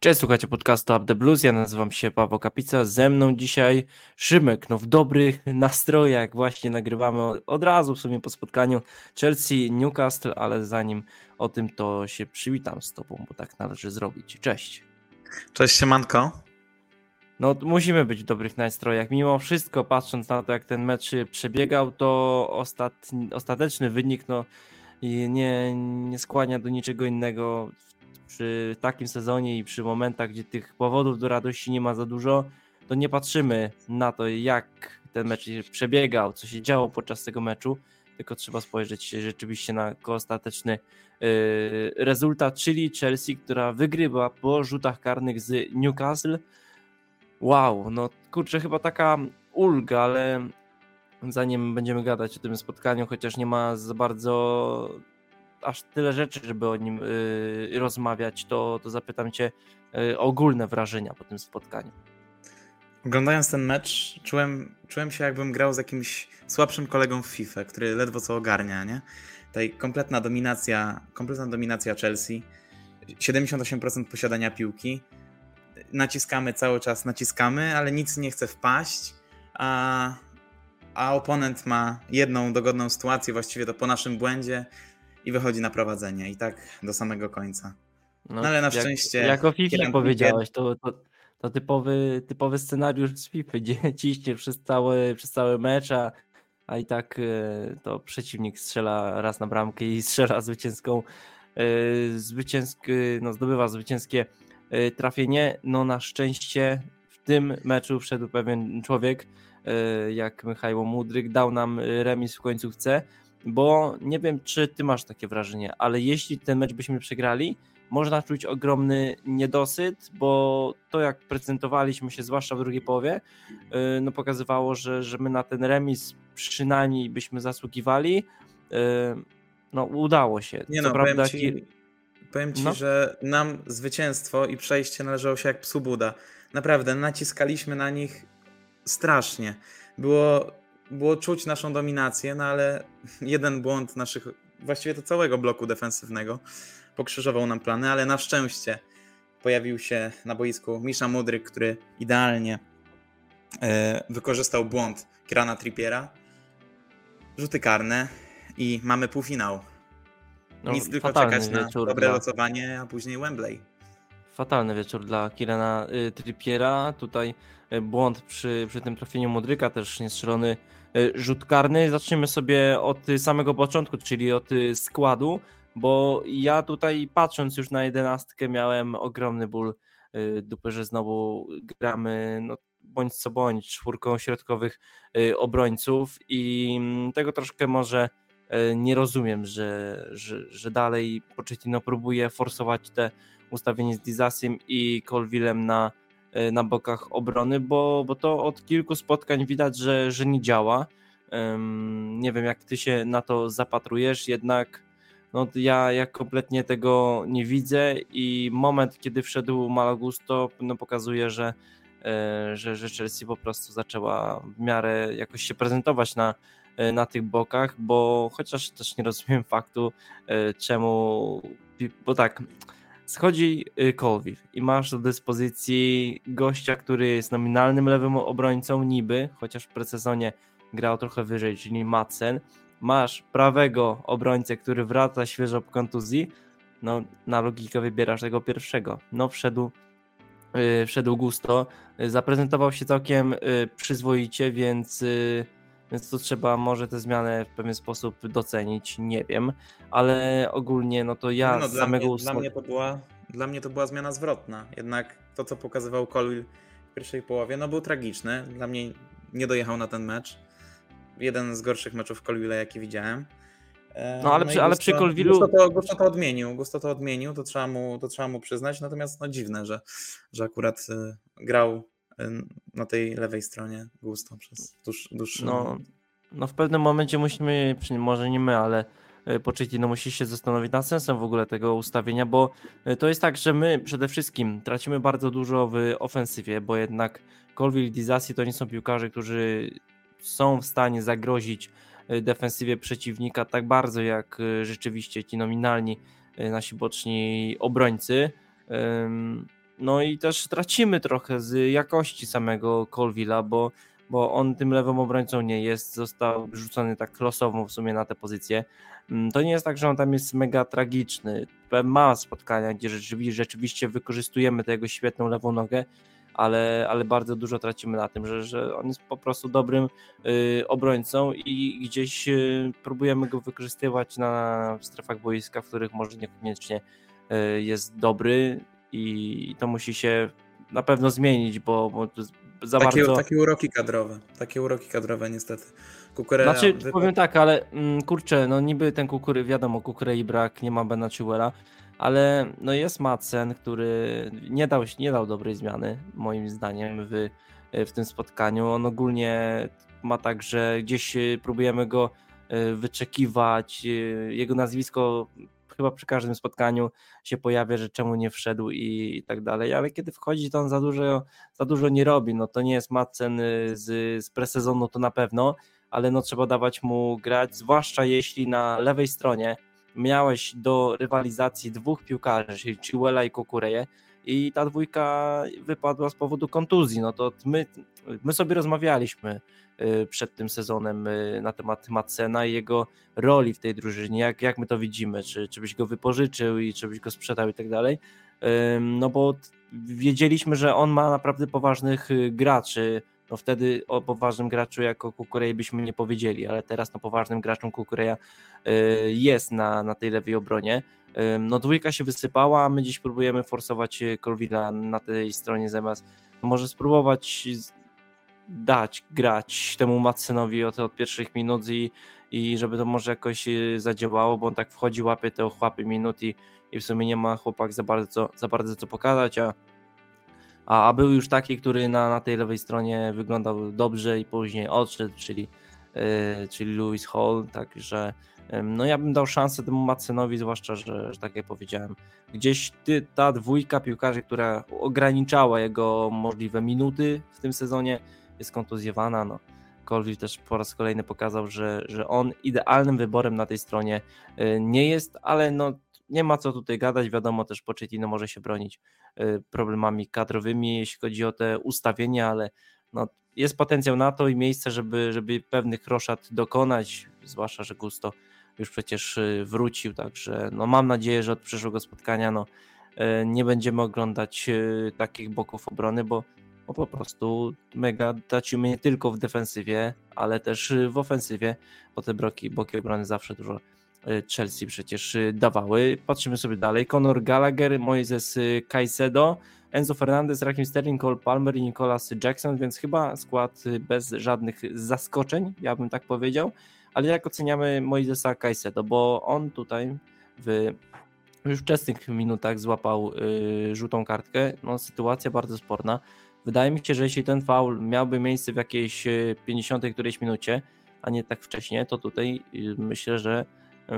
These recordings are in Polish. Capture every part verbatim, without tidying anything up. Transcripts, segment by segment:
Cześć, słuchajcie podcastu Up The Blues, ja nazywam się Paweł Kapica, ze mną dzisiaj Szymek, no w dobrych nastrojach właśnie nagrywamy od razu w sumie po spotkaniu Chelsea-Newcastle, ale zanim o tym to się przywitam z tobą, bo tak należy zrobić. Cześć. Cześć, siemanko. No musimy być w dobrych nastrojach, mimo wszystko patrząc na to jak ten mecz przebiegał, to ostatni, ostateczny wynik no nie, nie skłania do niczego innego. Przy takim sezonie i przy momentach, gdzie tych powodów do radości nie ma za dużo, to nie patrzymy na to, jak ten mecz przebiegał, co się działo podczas tego meczu, tylko trzeba spojrzeć rzeczywiście na ostateczny yy, rezultat, czyli Chelsea, która wygrywa po rzutach karnych z Newcastle. Wow, no kurczę, chyba taka ulga, ale zanim będziemy gadać o tym spotkaniu, chociaż nie ma za bardzo aż tyle rzeczy, żeby o nim yy, rozmawiać, to, to zapytam cię yy, o ogólne wrażenia po tym spotkaniu. Oglądając ten mecz, czułem, czułem się jakbym grał z jakimś słabszym kolegą w FIFA, który ledwo co ogarnia, nie? Tutaj kompletna dominacja, kompletna dominacja Chelsea, siedemdziesiąt osiem procent posiadania piłki, naciskamy cały czas, naciskamy, ale nic nie chce wpaść, a, a oponent ma jedną dogodną sytuację, właściwie to po naszym błędzie, i wychodzi na prowadzenie i tak do samego końca. No, no ale na jak, szczęście... Jak o FIFA powiedziałeś, to, to, to typowy, typowy scenariusz z FIFA, gdzie ciśnie przez cały, przez cały mecz, a, a i tak to przeciwnik strzela raz na bramkę i strzela zwycięską, zwycięsk, no, zdobywa zwycięskie trafienie. No na szczęście w tym meczu wszedł pewien człowiek, jak Michał Mudryk, dał nam remis w końcówce, bo nie wiem, czy ty masz takie wrażenie, ale jeśli ten mecz byśmy przegrali, można czuć ogromny niedosyt, bo to jak prezentowaliśmy się, zwłaszcza w drugiej połowie, no pokazywało, że, że my na ten remis przynajmniej byśmy zasługiwali. No udało się. Nie Co no, prawda, powiem ci, powiem ci no. że nam zwycięstwo i przejście należało się jak psu Buda. Naprawdę, naciskaliśmy na nich strasznie. Było... Było czuć naszą dominację, no ale jeden błąd naszych, właściwie to całego bloku defensywnego pokrzyżował nam plany, ale na szczęście pojawił się na boisku Misha Mudryk, który idealnie e, wykorzystał błąd Kierana Trippiera. Rzuty karne i mamy półfinał. No, Nic tylko czekać na dobre dla... losowanie, a później Wembley. Fatalny wieczór dla Kierana y, Trippiera. Tutaj y, błąd przy, przy tym trafieniu Mudryka, też niestrzelony y, rzut karny. Zaczniemy sobie od samego początku, czyli od y, składu, bo ja tutaj patrząc już na jedenastkę miałem ogromny ból y, dupy, że znowu gramy no, bądź co bądź czwórką środkowych y, obrońców i y, tego troszkę może y, nie rozumiem, że, że, że dalej Pochettino próbuje forsować te ustawienie z Disasiem i Colvillem na, na bokach obrony, bo, bo to od kilku spotkań widać, że, że nie działa. Um, nie wiem, jak ty się na to zapatrujesz, jednak no, ja, ja kompletnie tego nie widzę i moment, kiedy wszedł Malo Gusto, no, pokazuje, że, e, że, że Chelsea po prostu zaczęła w miarę jakoś się prezentować na, na tych bokach, bo chociaż też nie rozumiem faktu, e, czemu, bo tak, schodzi Colwill i masz do dyspozycji gościa, który jest nominalnym lewym obrońcą niby, chociaż w presezonie grał trochę wyżej, czyli Madsen. Masz prawego obrońcę, który wraca świeżo po kontuzji. No na logikę wybierasz tego pierwszego. No wszedł, yy, wszedł Gusto, yy, zaprezentował się całkiem yy, przyzwoicie, więc... Yy, Więc to trzeba może tę zmianę w pewien sposób docenić, nie wiem, ale ogólnie no to ja no, z dla samego... Mnie, dla, mnie to była, dla mnie to była zmiana zwrotna, jednak to co pokazywał Colwill w pierwszej połowie no był tragiczny, dla mnie nie dojechał na ten mecz, jeden z gorszych meczów Colwilla jaki widziałem. No ale, no przy, ale Gusto, przy Colvillu... Gusto to, Gusto to odmienił, Gusto to odmienił, to trzeba mu, to trzeba mu przyznać, natomiast no dziwne, że, że akurat y, grał na tej lewej stronie Gusto przez dłuż, dłuższy no, moment. No w pewnym momencie musimy, może nie my, ale Pochettino musi się zastanowić nad sensem w ogóle tego ustawienia, bo to jest tak, że my przede wszystkim tracimy bardzo dużo w ofensywie, bo jednak Colwill i Disasi to nie są piłkarze, którzy są w stanie zagrozić defensywie przeciwnika tak bardzo jak rzeczywiście ci nominalni nasi boczni obrońcy. no i też tracimy trochę z jakości samego Colville'a, bo, bo on tym lewym obrońcą nie jest, został rzucony tak losowo w sumie na tę pozycję. To nie jest tak, że on tam jest mega tragiczny. Ma spotkania, gdzie rzeczywiście, rzeczywiście wykorzystujemy tę jego świetną lewą nogę, ale, ale bardzo dużo tracimy na tym, że, że on jest po prostu dobrym y, obrońcą i gdzieś y, próbujemy go wykorzystywać na strefach boiska, w których może niekoniecznie y, jest dobry i to musi się na pewno zmienić, bo, bo za Takie, bardzo... takie uroki kadrowe, takie uroki kadrowe niestety. Cucurella Znaczy, wypadł. powiem tak, ale mm, kurczę, no niby ten Kukury, wiadomo, Kukurei brak, nie ma Bena Chilwella, ale no jest Madsen, który nie dał, nie dał dobrej zmiany, moim zdaniem, w, w tym spotkaniu. On ogólnie ma tak, że gdzieś y, próbujemy go y, wyczekiwać, y, jego nazwisko chyba przy każdym spotkaniu się pojawia, że czemu nie wszedł i, i tak dalej, ale kiedy wchodzi, to on za dużo, za dużo nie robi. No to nie jest Madsen y, z, z presezonu, to na pewno, ale no trzeba dawać mu grać, zwłaszcza jeśli na lewej stronie miałeś do rywalizacji dwóch piłkarzy, czyli Chilwella i Cucureję, i ta dwójka wypadła z powodu kontuzji. No to my, my sobie rozmawialiśmy przed tym sezonem na temat Madsena i jego roli w tej drużynie, jak, jak my to widzimy, czy, czy byś go wypożyczył i czy byś go sprzedał i tak dalej, no bo wiedzieliśmy, że on ma naprawdę poważnych graczy. No wtedy o poważnym graczu jako Cucurella byśmy nie powiedzieli, ale teraz no poważnym graczem Cucurella jest na, na tej lewej obronie. No dwójka się wysypała, a my dziś próbujemy forsować Colville'a na tej stronie zamiast może spróbować dać grać temu Madsenowi od, od pierwszych minut i, i żeby to może jakoś zadziałało, bo on tak wchodzi, łapie te ochłapy minut i, i w sumie nie ma chłopak za bardzo, za bardzo co pokazać, a A, a był już taki, który na, na tej lewej stronie wyglądał dobrze i później odszedł, czyli, yy, czyli Lewis Hall, także yy, no ja bym dał szansę temu Madsenowi, zwłaszcza, że, że tak jak powiedziałem, gdzieś ty, ta dwójka piłkarzy, która ograniczała jego możliwe minuty w tym sezonie, jest kontuzjowana. No. Colville też po raz kolejny pokazał, że, że on idealnym wyborem na tej stronie yy, nie jest, ale no nie ma co tutaj gadać, wiadomo też Pochettino może się bronić problemami kadrowymi, jeśli chodzi o te ustawienia, ale no, jest potencjał na to i miejsce, żeby, żeby pewnych roszad dokonać, zwłaszcza, że Gusto już przecież wrócił, także no, mam nadzieję, że od przyszłego spotkania no, nie będziemy oglądać takich boków obrony, bo, bo po prostu mega tracimy nie tylko w defensywie, ale też w ofensywie, bo te boki, boki obrony zawsze dużo Chelsea przecież dawały. Patrzymy sobie dalej. Conor Gallagher, Moises Caicedo, Enzo Fernandez, Raheem Sterling, Cole Palmer i Nicolas Jackson, więc chyba skład bez żadnych zaskoczeń, ja bym tak powiedział. Ale jak oceniamy Moisesa Caicedo, bo on tutaj w już wczesnych minutach złapał y, żółtą kartkę, no sytuacja bardzo sporna. Wydaje mi się, że jeśli ten faul miałby miejsce w jakiejś pięćdziesiątej którejś minucie, a nie tak wcześnie, to tutaj y, myślę, że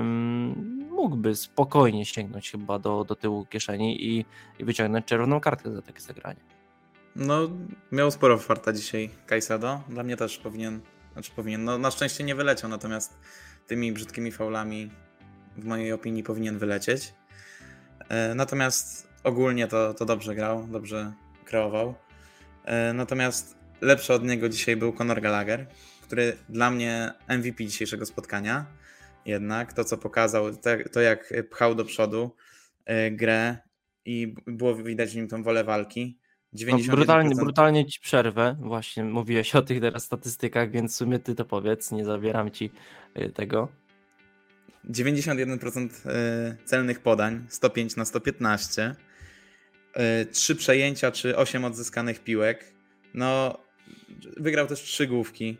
mógłby spokojnie sięgnąć chyba do, do tyłu kieszeni i, i wyciągnąć czerwoną kartkę za takie zagranie. No, miał sporo farta dzisiaj Caicedo. Dla mnie też powinien, znaczy powinien, no na szczęście nie wyleciał, natomiast tymi brzydkimi faulami w mojej opinii powinien wylecieć. E, natomiast ogólnie to, to dobrze grał, dobrze kreował. E, natomiast lepszy od niego dzisiaj był Conor Gallagher, który dla mnie M V P dzisiejszego spotkania. Jednak to, co pokazał, to jak pchał do przodu y, grę i było widać w nim tą wolę walki. dziewięćdziesiąt jeden procent... No, brutalnie, brutalnie ci przerwę, właśnie mówiłeś o tych teraz statystykach, więc w sumie ty to powiedz, nie zabieram ci y, tego. dziewięćdziesiąt jeden procent celnych podań, sto pięć na sto piętnaście, trzy przejęcia czy osiem odzyskanych piłek. No, wygrał też trzy główki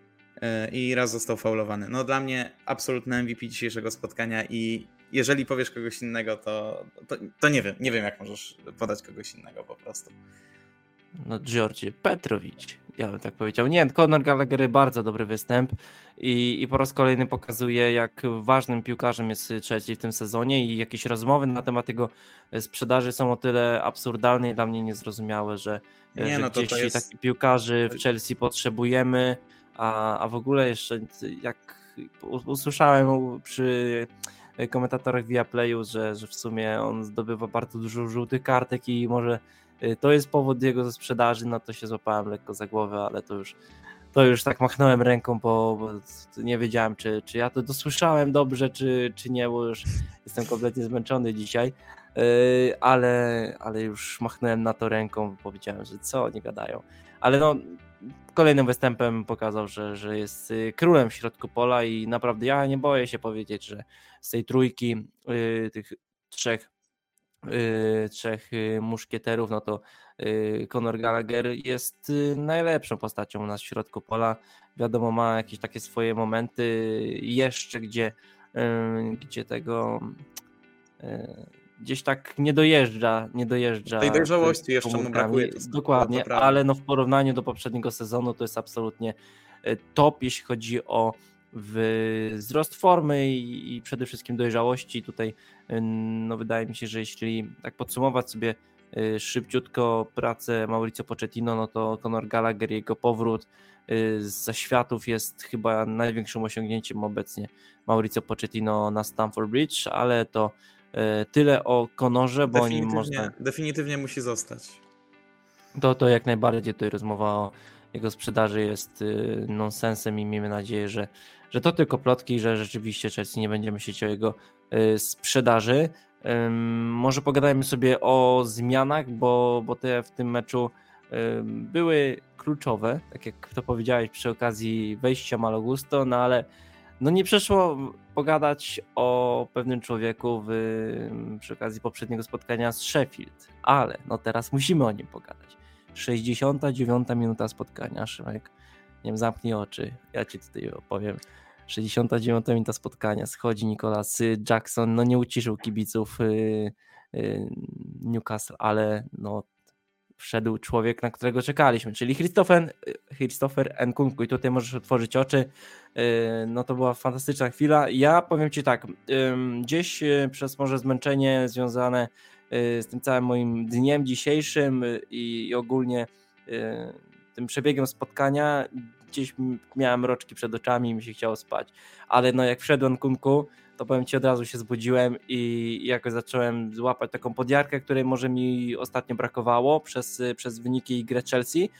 i raz został faulowany. No dla mnie absolutny M V P dzisiejszego spotkania i jeżeli powiesz kogoś innego, to, to, to nie wiem, nie wiem jak możesz podać kogoś innego po prostu. No Georgi Petrowicz, ja bym tak powiedział. Nie, Conor Gallagher bardzo dobry występ i, i po raz kolejny pokazuje, jak ważnym piłkarzem jest Chelsea w tym sezonie i jakieś rozmowy na temat jego sprzedaży są o tyle absurdalne i dla mnie niezrozumiałe, że, nie, że no to gdzieś to jest... takich piłkarzy w Chelsea potrzebujemy, a, a w ogóle jeszcze jak usłyszałem przy komentatorach Viaplayu, że, że w sumie on zdobywa bardzo dużo żółtych kartek i może y, to jest powód jego sprzedaży, no to się złapałem lekko za głowę, ale to już to już tak machnąłem ręką, bo, bo nie wiedziałem, czy, czy ja to dosłyszałem dobrze, czy, czy nie, bo już jestem kompletnie zmęczony dzisiaj, yy, ale, ale już machnąłem na to ręką, powiedziałem, że co oni gadają. Ale no, kolejnym występem pokazał, że, że jest królem w środku pola i naprawdę ja nie boję się powiedzieć, że z tej trójki yy, tych trzech Yy, trzech yy, muszkieterów, no to yy, Conor Gallagher jest yy, najlepszą postacią u nas w środku pola. Wiadomo, ma jakieś takie swoje momenty jeszcze, gdzie, yy, gdzie tego yy, gdzieś tak nie dojeżdża, nie dojeżdża Tej dojrzałości z jeszcze mu komórkami. brakuje. To, Dokładnie, to prawda. ale no w porównaniu do poprzedniego sezonu to jest absolutnie yy, top, jeśli chodzi o w wzrost formy i, i przede wszystkim dojrzałości. Tutaj no wydaje mi się, że jeśli tak podsumować sobie y, szybciutko pracę Mauricio Pochettino, no to Conor Gallagher, jego powrót y, z zaświatów jest chyba największym osiągnięciem obecnie Mauricio Pochettino na Stamford Bridge, ale to y, tyle o Conorze, bo o nim można... Definitywnie musi zostać. To, to jak najbardziej tutaj rozmowa o jego sprzedaży jest y, nonsensem i miejmy nadzieję, że, że to tylko plotki, że rzeczywiście Chelsea nie będzie myśleć o jego y, sprzedaży. Ym, może pogadajmy sobie o zmianach, bo, bo te w tym meczu ym, były kluczowe, tak jak to powiedziałeś przy okazji wejścia Malo Gusto, no ale no nie przeszło pogadać o pewnym człowieku w, przy okazji poprzedniego spotkania z Sheffield, ale no teraz musimy o nim pogadać. sześćdziesiąta dziewiąta minuta spotkania, Szymek, nie wiem, zamknij oczy, ja ci tutaj opowiem. sześćdziesiąta dziewiąta minuta spotkania, schodzi Nicolas Jackson, no nie uciszył kibiców yy, yy, Newcastle, ale no wszedł człowiek, na którego czekaliśmy, czyli Christopher, Christopher Nkunku i tutaj możesz otworzyć oczy, yy, no to była fantastyczna chwila. Ja powiem ci tak, yy, gdzieś yy, przez może zmęczenie związane z tym całym moim dniem dzisiejszym i ogólnie tym przebiegiem spotkania gdzieś miałem mroczki przed oczami i mi się chciało spać, ale no jak wszedłem Nkunku, to powiem ci, od razu się zbudziłem i jakoś zacząłem złapać taką podjarkę, której może mi ostatnio brakowało przez, przez wyniki i grę Chelsea.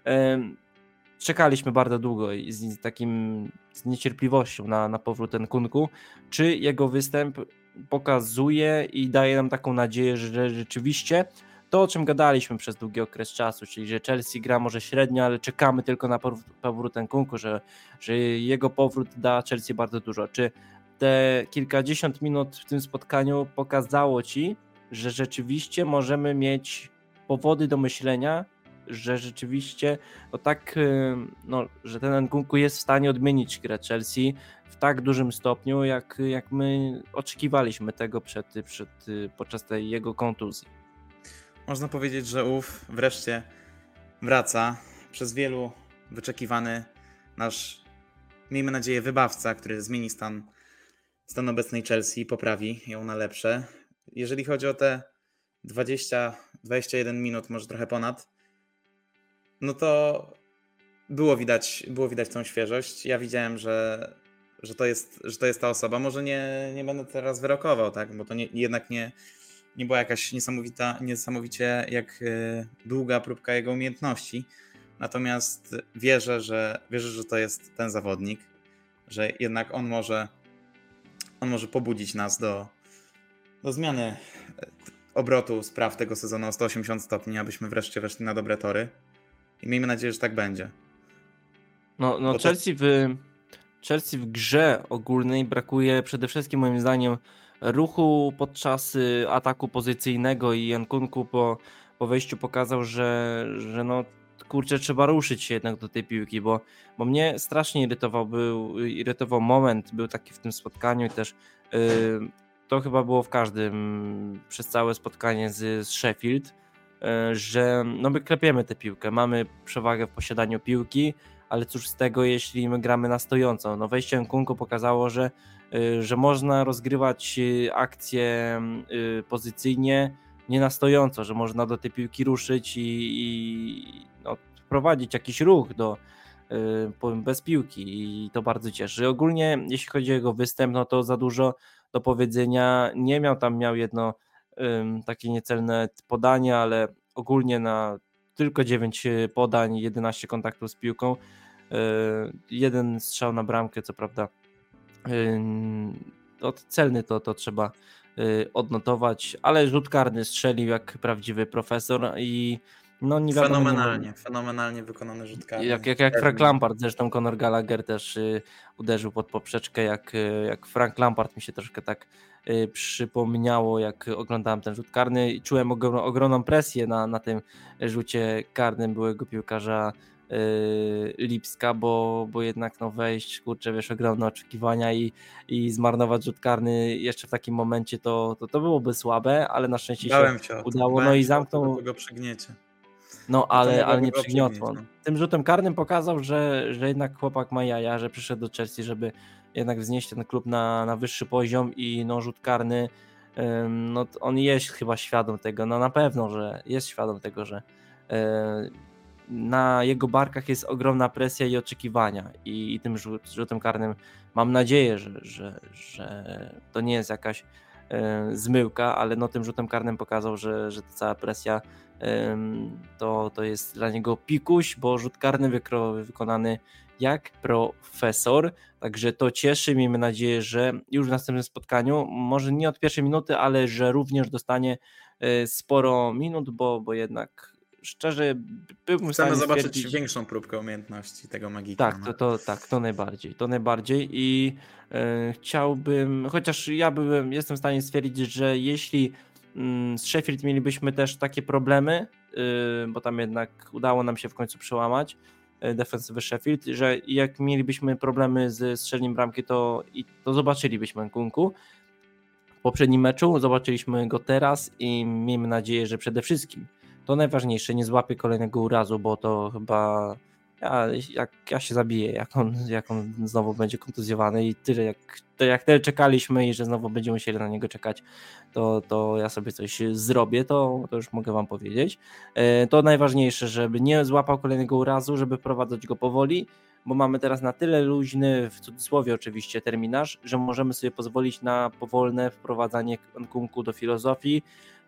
Czekaliśmy bardzo długo i z takim z niecierpliwością na, na powrót Nkunku. Czy jego występ pokazuje i daje nam taką nadzieję, że rzeczywiście to, o czym gadaliśmy przez długi okres czasu, czyli że Chelsea gra może średnio, ale czekamy tylko na powrót Nkunku, że, że jego powrót da Chelsea bardzo dużo. Czy te kilkadziesiąt minut w tym spotkaniu pokazało ci, że rzeczywiście możemy mieć powody do myślenia, że rzeczywiście no tak, no, że ten Nkunku jest w stanie odmienić grę Chelsea w tak dużym stopniu, jak, jak my oczekiwaliśmy tego przed, przed, podczas tej jego kontuzji. Można powiedzieć, że ów wreszcie wraca. Przez wielu wyczekiwany nasz, miejmy nadzieję, wybawca, który zmieni stan, stan obecnej Chelsea i poprawi ją na lepsze. Jeżeli chodzi o te dwadzieścia dwadzieścia jeden minut, może trochę ponad, no to było widać, było widać tą świeżość. Ja widziałem, że, że, to, jest, że to jest ta osoba. Może nie, nie będę teraz wyrokował, tak? Bo to nie, jednak nie, nie była jakaś niesamowita, niesamowicie jak długa próbka jego umiejętności. Natomiast wierzę, że, wierzę, że to jest ten zawodnik, że jednak on może, on może pobudzić nas do, do zmiany obrotu spraw tego sezonu o sto osiemdziesiąt stopni, abyśmy wreszcie weszli na dobre tory. I miejmy nadzieję, że tak będzie. No, no Chelsea, to... w, Chelsea w grze ogólnej brakuje przede wszystkim moim zdaniem ruchu podczas ataku pozycyjnego i Nkunku po, po wejściu pokazał, że, że no kurczę, trzeba ruszyć się jednak do tej piłki, bo, bo mnie strasznie irytował, był, irytował moment, był taki w tym spotkaniu i też yy, to chyba było w każdym, przez całe spotkanie z, z Sheffield, że no my klepiemy tę piłkę, mamy przewagę w posiadaniu piłki, ale cóż z tego, jeśli my gramy na stojąco. No wejście Nkunku pokazało, że, że można rozgrywać akcje pozycyjnie, nie na stojąco, że można do tej piłki ruszyć i, i no, wprowadzić jakiś ruch do, bez piłki i to bardzo cieszy. Ogólnie jeśli chodzi o jego występ, no to za dużo do powiedzenia nie miał, tam miał jedno takie niecelne podanie, ale ogólnie na tylko dziewięć podań, jedenaście kontaktów z piłką, jeden strzał na bramkę, co prawda od celny to, to trzeba odnotować, ale rzut karny strzelił jak prawdziwy profesor i no nie wiadomo, Fenomenalnie, nie fenomenalnie wykonany rzut karny. Jak, jak, jak Frank Lampard, zresztą Conor Gallagher też y, uderzył pod poprzeczkę, jak, y, jak Frank Lampard mi się troszkę tak y, przypomniało, jak oglądałem ten rzut karny i czułem ogrom, ogromną presję na, na tym rzucie karnym byłego piłkarza y, Lipska, bo, bo jednak no wejść, kurczę, wiesz, ogromne oczekiwania i, i zmarnować rzut karny jeszcze w takim momencie to, to, to byłoby słabe, ale na szczęście Bałem się się o to. udało, Bałem no i się zamknął. O to, że go przygniecie. No ale, ale nie go przygniotło. przygnieć, no. Tym rzutem karnym pokazał, że, że jednak chłopak ma jaja, że przyszedł do Chelsea, żeby jednak wznieść ten klub na, na wyższy poziom i no rzut karny, ym, no on jest chyba świadom tego, no na pewno, że jest świadom tego, że yy, na jego barkach jest ogromna presja i oczekiwania i, i tym rzut, rzutem karnym mam nadzieję, że, że, że to nie jest jakaś yy, zmyłka, ale no tym rzutem karnym pokazał, że, że ta cała presja To, to jest dla niego pikuś, bo rzut karny wykro, wykonany jak profesor, także to cieszy, miejmy nadzieję, że już w następnym spotkaniu, może nie od pierwszej minuty, ale że również dostanie sporo minut, bo, bo jednak szczerze byłbym w stanie Chcemy zobaczyć stwierdzić... większą próbkę umiejętności tego magika. Tak, to, to, tak, to najbardziej, to najbardziej i e, chciałbym, chociaż ja byłem, jestem w stanie stwierdzić, że jeśli z Sheffield mielibyśmy też takie problemy, bo tam jednak udało nam się w końcu przełamać defensywę Sheffield, że jak mielibyśmy problemy z strzeleniem bramki, to, to zobaczylibyśmy Nkunku w poprzednim meczu, zobaczyliśmy go teraz i miejmy nadzieję, że przede wszystkim to najważniejsze, nie złapie kolejnego urazu, bo to chyba ja, jak ja się zabiję, jak on, jak on znowu będzie kontuzjowany i tyle jak, to jak tyle czekaliśmy i że znowu będziemy musieli na niego czekać, to, to ja sobie coś zrobię, to, to już mogę wam powiedzieć. To najważniejsze, żeby nie złapał kolejnego urazu, żeby prowadzać go powoli, bo mamy teraz na tyle luźny, w cudzysłowie oczywiście, terminarz, że możemy sobie pozwolić na powolne wprowadzanie Nkunku do filozofii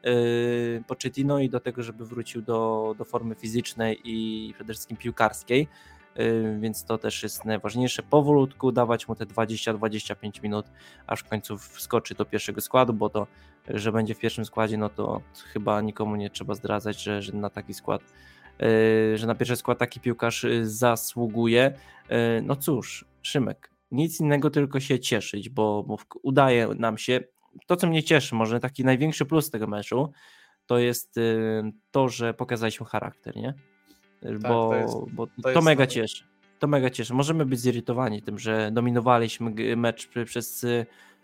Yy, Pochettino i do tego, żeby wrócił do, do formy fizycznej i przede wszystkim piłkarskiej, yy, więc to też jest najważniejsze, powolutku dawać mu te dwadzieścia do dwudziestu pięciu minut, aż w końcu wskoczy do pierwszego składu, bo to, że będzie w pierwszym składzie, no to chyba nikomu nie trzeba zdradzać, że, że na taki skład, yy, że na pierwszy skład taki piłkarz zasługuje. Yy, no cóż, Szymek, nic innego, tylko się cieszyć, bo, bo udaje nam się. To, co mnie cieszy, może taki największy plus tego meczu, to jest to, że pokazaliśmy charakter, nie? Bo, tak, to, jest, bo to, to, to mega to... cieszy. To mega cieszy. Możemy być zirytowani tym, że dominowaliśmy mecz przez, yy,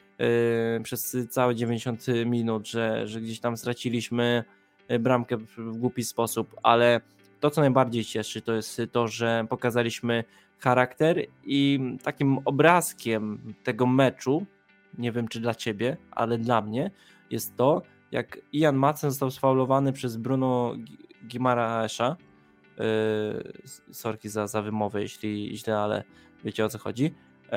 przez całe dziewięćdziesiąt minut, że, że gdzieś tam straciliśmy bramkę w głupi sposób, ale to, co najbardziej cieszy, to jest to, że pokazaliśmy charakter i takim obrazkiem tego meczu, nie wiem czy dla ciebie, ale dla mnie jest to, jak Ian Madsen został sfaulowany przez Bruno Guimaraes'a. Yy, sorki za, za wymowę, jeśli źle, ale wiecie o co chodzi. Yy,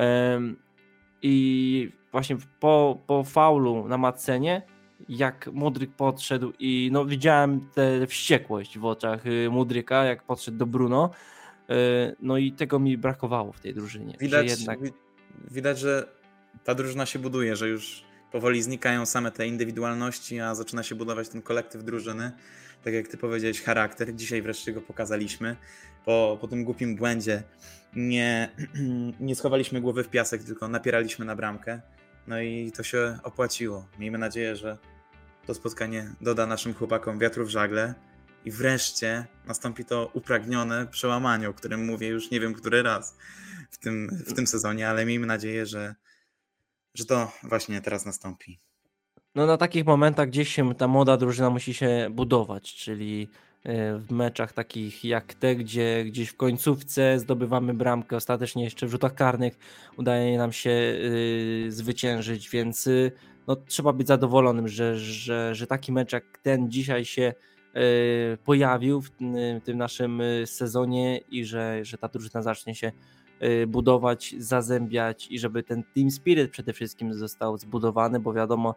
I właśnie po, po faulu na Madsenie, jak Mudryk podszedł i no widziałem tę wściekłość w oczach Mudryka, jak podszedł do Bruno. Yy, no i tego mi brakowało w tej drużynie. Widać, że jednak... widać, że ta drużyna się buduje, że już powoli znikają same te indywidualności, a zaczyna się budować ten kolektyw drużyny. Tak jak ty powiedziałeś, charakter. Dzisiaj wreszcie go pokazaliśmy. Po, po tym głupim błędzie nie, nie schowaliśmy głowy w piasek, tylko napieraliśmy na bramkę. No i to się opłaciło. Miejmy nadzieję, że to spotkanie doda naszym chłopakom wiatru w żagle i wreszcie nastąpi to upragnione przełamanie, o którym mówię już nie wiem który raz w tym, w tym sezonie, ale miejmy nadzieję, że że to właśnie teraz nastąpi. No na takich momentach gdzieś się ta młoda drużyna musi się budować, czyli w meczach takich jak te, gdzie gdzieś w końcówce zdobywamy bramkę, ostatecznie jeszcze w rzutach karnych udaje nam się yy, zwyciężyć, więc yy, no, trzeba być zadowolonym, że, że, że taki mecz jak ten dzisiaj się yy, pojawił w, yy, w tym naszym sezonie i że, że ta drużyna zacznie się y, budować, zazębiać i żeby ten team spirit przede wszystkim został zbudowany, bo wiadomo,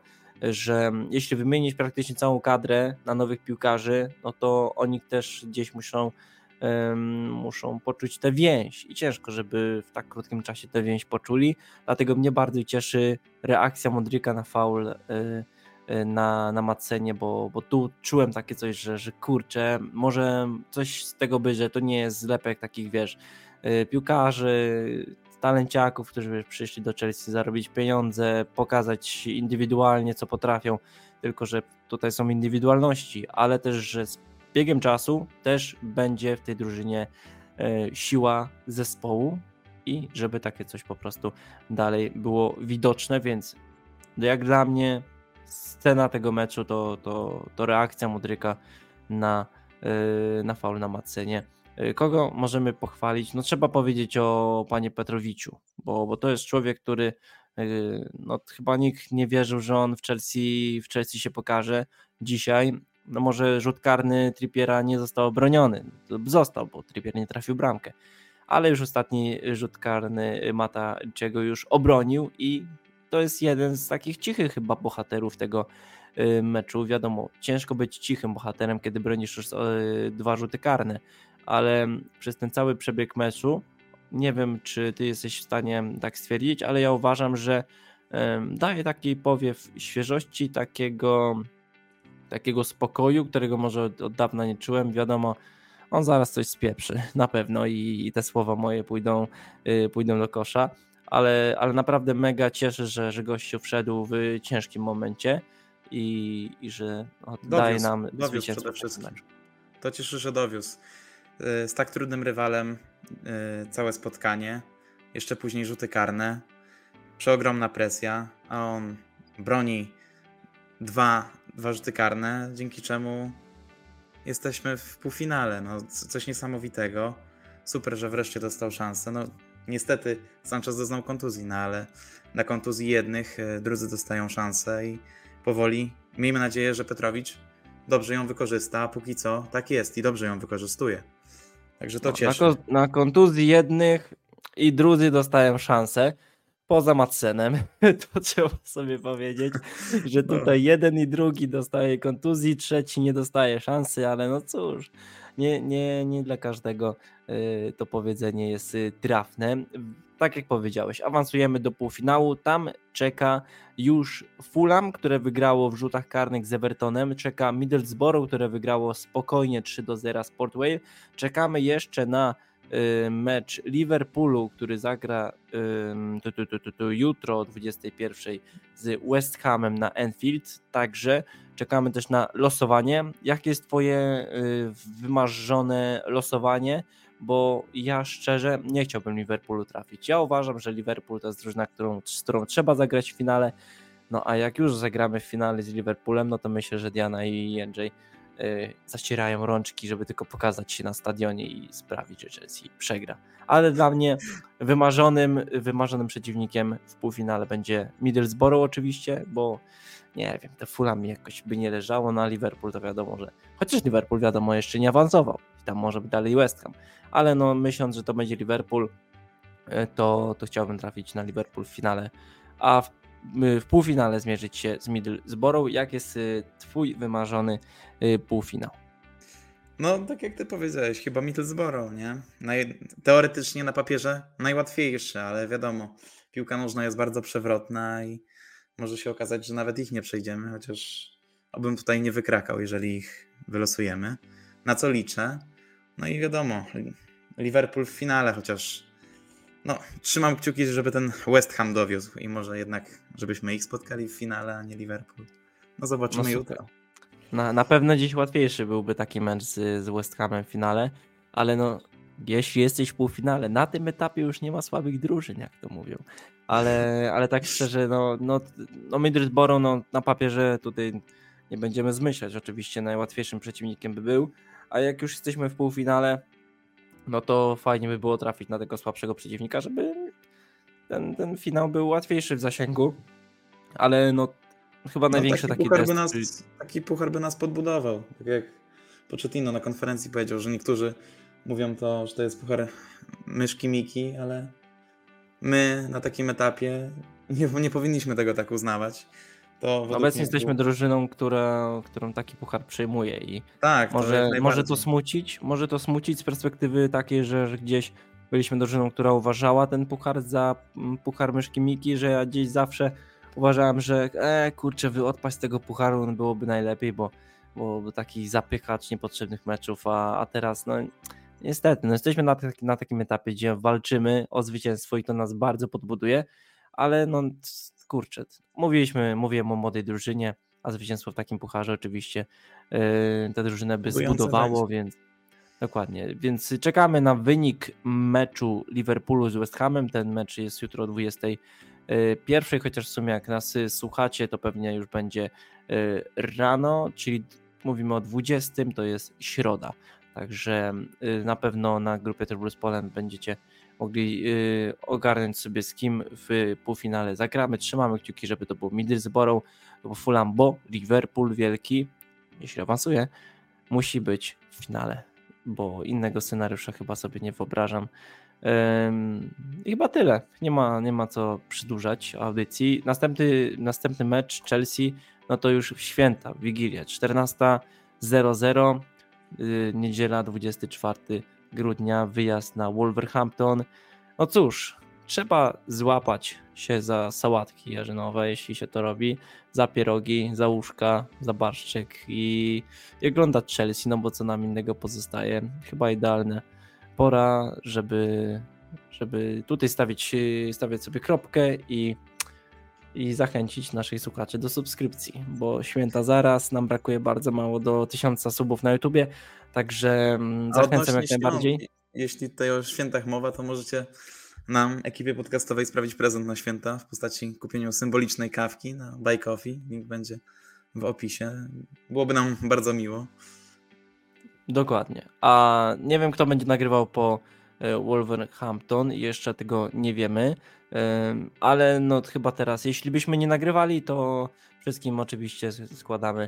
że jeśli wymienić praktycznie całą kadrę na nowych piłkarzy, no to oni też gdzieś muszą ym, muszą poczuć tę więź i ciężko, żeby w tak krótkim czasie tę więź poczuli, dlatego mnie bardzo cieszy reakcja Modryka na faul y, y, na, na Madsenie, bo, bo tu czułem takie coś, że, że kurczę, może coś z tego być, że to nie jest zlepek takich, wiesz, y, piłkarzy, talenciaków, którzy wiesz, przyszli do Chelsea zarobić pieniądze, pokazać indywidualnie co potrafią, tylko że tutaj są indywidualności, ale też, że z biegiem czasu też będzie w tej drużynie e, siła zespołu i żeby takie coś po prostu dalej było widoczne, więc jak dla mnie scena tego meczu to, to, to reakcja Mudryka na, e, na faul na Madsenie. Kogo możemy pochwalić? No trzeba powiedzieć o panie Petrowiciu, bo, bo to jest człowiek, który no, chyba nikt nie wierzył, że on w Chelsea, w Chelsea się pokaże dzisiaj. No może rzut karny Trippiera nie został obroniony, został, bo Trippier nie trafił bramkę, ale już ostatni rzut karny Mata Czego już obronił i to jest jeden z takich cichych chyba bohaterów tego meczu. Wiadomo, ciężko być cichym bohaterem, kiedy bronisz już dwa rzuty karne, ale przez ten cały przebieg meczu, nie wiem czy ty jesteś w stanie tak stwierdzić, ale ja uważam, że daje taki powiew świeżości, takiego, takiego spokoju, którego może od, od dawna nie czułem. Wiadomo, on zaraz coś spieprzy, na pewno i, i te słowa moje pójdą, yy, pójdą do kosza, ale, ale naprawdę mega cieszę, że, że gościu wszedł w ciężkim momencie i, i że daje Dowiózł, nam dowiózł zwycięstwo. przede wszystkim. To cieszy, że dowiózł. Z tak trudnym rywalem całe spotkanie, jeszcze później rzuty karne, przeogromna presja, a on broni dwa, dwa rzuty karne, dzięki czemu jesteśmy w półfinale. No, coś niesamowitego. Super, że wreszcie dostał szansę. No, niestety Sanchez doznał kontuzji, no ale na kontuzji jednych drudzy dostają szansę i powoli miejmy nadzieję, że Petrowicz dobrze ją wykorzysta, a póki co tak jest i dobrze ją wykorzystuje. Także to no, cieszy. Na, na kontuzji jednych i drudzy dostają szansę. Poza Madsenem, to trzeba sobie powiedzieć, że tutaj no. jeden i drugi dostaje kontuzji, trzeci nie dostaje szansy, ale no cóż, nie, nie, nie dla każdego y, to powiedzenie jest y, trafne. Tak jak powiedziałeś, awansujemy do półfinału, tam czeka już Fulham, które wygrało w rzutach karnych z Evertonem, czeka Middlesbrough, które wygrało spokojnie trzy do zera z Port Vale, czekamy jeszcze na mecz Liverpoolu, który zagra um, tu, tu, tu, tu, tu, jutro o dwudziestej pierwszej z West Hamem na Anfield, także czekamy też na losowanie. Jakie jest twoje y, wymarzone losowanie? Bo ja szczerze nie chciałbym Liverpoolu trafić. Ja uważam, że Liverpool to jest drużyna, którą, z którą trzeba zagrać w finale, no a jak już zagramy w finale z Liverpoolem, no to myślę, że Diana i Jędrzej zacierają rączki, żeby tylko pokazać się na stadionie i sprawić, że Chelsea przegra. Ale dla mnie wymarzonym, wymarzonym przeciwnikiem w półfinale będzie Middlesbrough oczywiście, bo nie wiem, te Fulham mi jakoś by nie leżało, na Liverpool to wiadomo, że chociaż Liverpool wiadomo jeszcze nie awansował i tam może być dalej West Ham, ale no myśląc, że to będzie Liverpool, to, to chciałbym trafić na Liverpool w finale, a w w półfinale zmierzyć się z Middlesbrough. Jak jest twój wymarzony półfinał? No, tak jak ty powiedziałeś, chyba Middlesbrough, nie? Naj... Teoretycznie na papierze najłatwiejszy, ale wiadomo, piłka nożna jest bardzo przewrotna i może się okazać, że nawet ich nie przejdziemy, chociaż obym tutaj nie wykrakał, jeżeli ich wylosujemy. Na co liczę? No i wiadomo, Liverpool w finale, chociaż no, trzymam kciuki, żeby ten West Ham dowiózł i może jednak, żebyśmy ich spotkali w finale, a nie Liverpool. No zobaczymy no, jutro. Na, na pewno dziś łatwiejszy byłby taki mecz z, z West Hamem w finale, ale no, jeśli jesteś w półfinale, na tym etapie już nie ma słabych drużyn, jak to mówią. Ale, ale tak szczerze, no, no, no Middlesbrough no, na papierze tutaj nie będziemy zmyślać. Oczywiście najłatwiejszym przeciwnikiem by był, a jak już jesteśmy w półfinale, no to fajnie by było trafić na tego słabszego przeciwnika, żeby ten, ten finał był łatwiejszy w zasięgu, ale no chyba no, największy taki, taki test. Nas, taki puchar by nas podbudował, tak jak Pochettino na konferencji powiedział, że niektórzy mówią to, że to jest puchar myszki Miki, ale my na takim etapie nie, nie powinniśmy tego tak uznawać. To według Obecnie mnie jesteśmy był... drużyną, która, którą taki puchar przejmuje i Tak, to jak może, może to najbardziej. smucić, może to smucić z perspektywy takiej, że że gdzieś byliśmy drużyną, która uważała ten puchar za mm, puchar myszki Miki, że ja gdzieś zawsze uważałem, że e, kurczę, wy odpaść z tego pucharu no byłoby najlepiej, bo, bo, bo taki zapychacz niepotrzebnych meczów, a, a teraz no niestety, no jesteśmy na, tak- na takim etapie, gdzie walczymy o zwycięstwo i to nas bardzo podbuduje, ale no c- kurczę, mówiliśmy, mówiłem o młodej drużynie, a zwycięstwo w takim pucharze oczywiście yy, tę drużynę by Budujące zbudowało, będzie. więc dokładnie, więc czekamy na wynik meczu Liverpoolu z West Hamem. Ten mecz jest jutro o dwudziestej pierwszej, chociaż w sumie jak nas y, słuchacie, to pewnie już będzie y, rano, czyli mówimy o dwudziestej, to jest środa. Także y, na pewno na grupie Turbulus Poland będziecie mogli y, ogarnąć sobie, z kim w półfinale zagramy. Trzymamy kciuki, żeby to było Middlesbrough albo Fulham, bo Liverpool wielki, jeśli awansuje, musi być w finale, bo innego scenariusza chyba sobie nie wyobrażam. Ym, I chyba tyle. Nie ma, nie ma co przedłużać audycji. Następny, następny mecz Chelsea, no to już w święta, Wigilia, czternasta zero zero, yy, niedziela dwudziestego czwartego grudnia, wyjazd na Wolverhampton. No cóż, trzeba złapać się za sałatki jarzynowe, jeśli się to robi, za pierogi, za łóżka, za barszczyk i, i oglądać Chelsea, no bo co nam innego pozostaje. Chyba idealne pora, żeby, żeby tutaj stawić, stawiać sobie kropkę i, i zachęcić naszych słuchaczy do subskrypcji, bo święta zaraz, nam brakuje bardzo mało do tysiąca subów na YouTubie, także A zachęcam odnośnie jak świąt, najbardziej. jeśli tutaj o świętach mowa, to możecie nam, ekipie podcastowej, sprawić prezent na święta w postaci kupienia symbolicznej kawki na Buy Coffee. Link będzie w opisie. Byłoby nam bardzo miło. Dokładnie. A nie wiem, kto będzie nagrywał po e, Wolverhampton, jeszcze tego nie wiemy, Ym, ale no chyba teraz, jeśli byśmy nie nagrywali, to wszystkim oczywiście s- składamy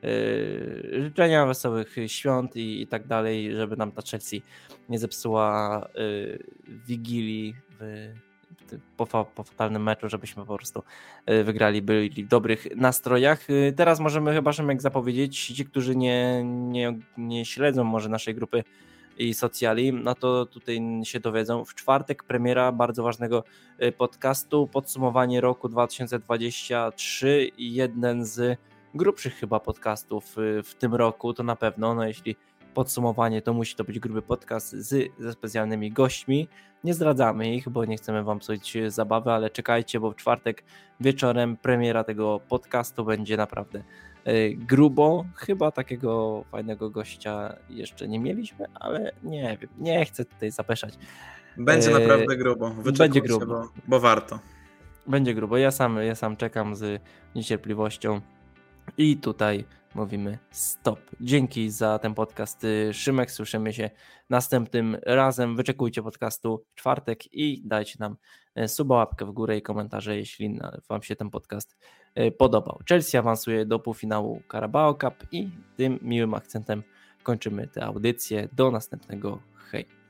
yy, życzenia wesołych świąt i, i tak dalej, żeby nam ta Chelsea nie zepsuła yy, Wigilii w, w, po, fa- po fatalnym meczu, żebyśmy po prostu yy, wygrali, byli w dobrych nastrojach. Yy, teraz możemy chyba, Szymek, zapowiedzieć, ci, którzy nie, nie, nie śledzą może naszej grupy i socjali, no to tutaj się dowiedzą. W czwartek premiera bardzo ważnego y, podcastu, podsumowanie roku dwa tysiące dwudziestego trzeciego i jeden z grubszych chyba podcastów y, w tym roku, to na pewno, no jeśli podsumowanie, to musi to być gruby podcast z, ze specjalnymi gośćmi. Nie zdradzamy ich, bo nie chcemy wam psuć zabawy, ale czekajcie, bo w czwartek wieczorem premiera tego podcastu będzie naprawdę y, grubo. Chyba takiego fajnego gościa jeszcze nie mieliśmy, ale nie wiem, nie chcę tutaj zapeszać. Będzie Y, naprawdę grubo. Wyczekujcie, Będzie grubo. Bo, bo warto. Będzie grubo. Ja sam, ja sam czekam z niecierpliwością. I tutaj mówimy stop. Dzięki za ten podcast, y, Szymek. Słyszymy się następnym razem. Wyczekujcie podcastu w czwartek i dajcie nam y, suba, łapkę w górę i komentarze, jeśli na- wam się ten podcast y, podobał. Chelsea awansuje do półfinału Carabao Cup i tym miłym akcentem kończymy tę audycję. Do następnego. Hej.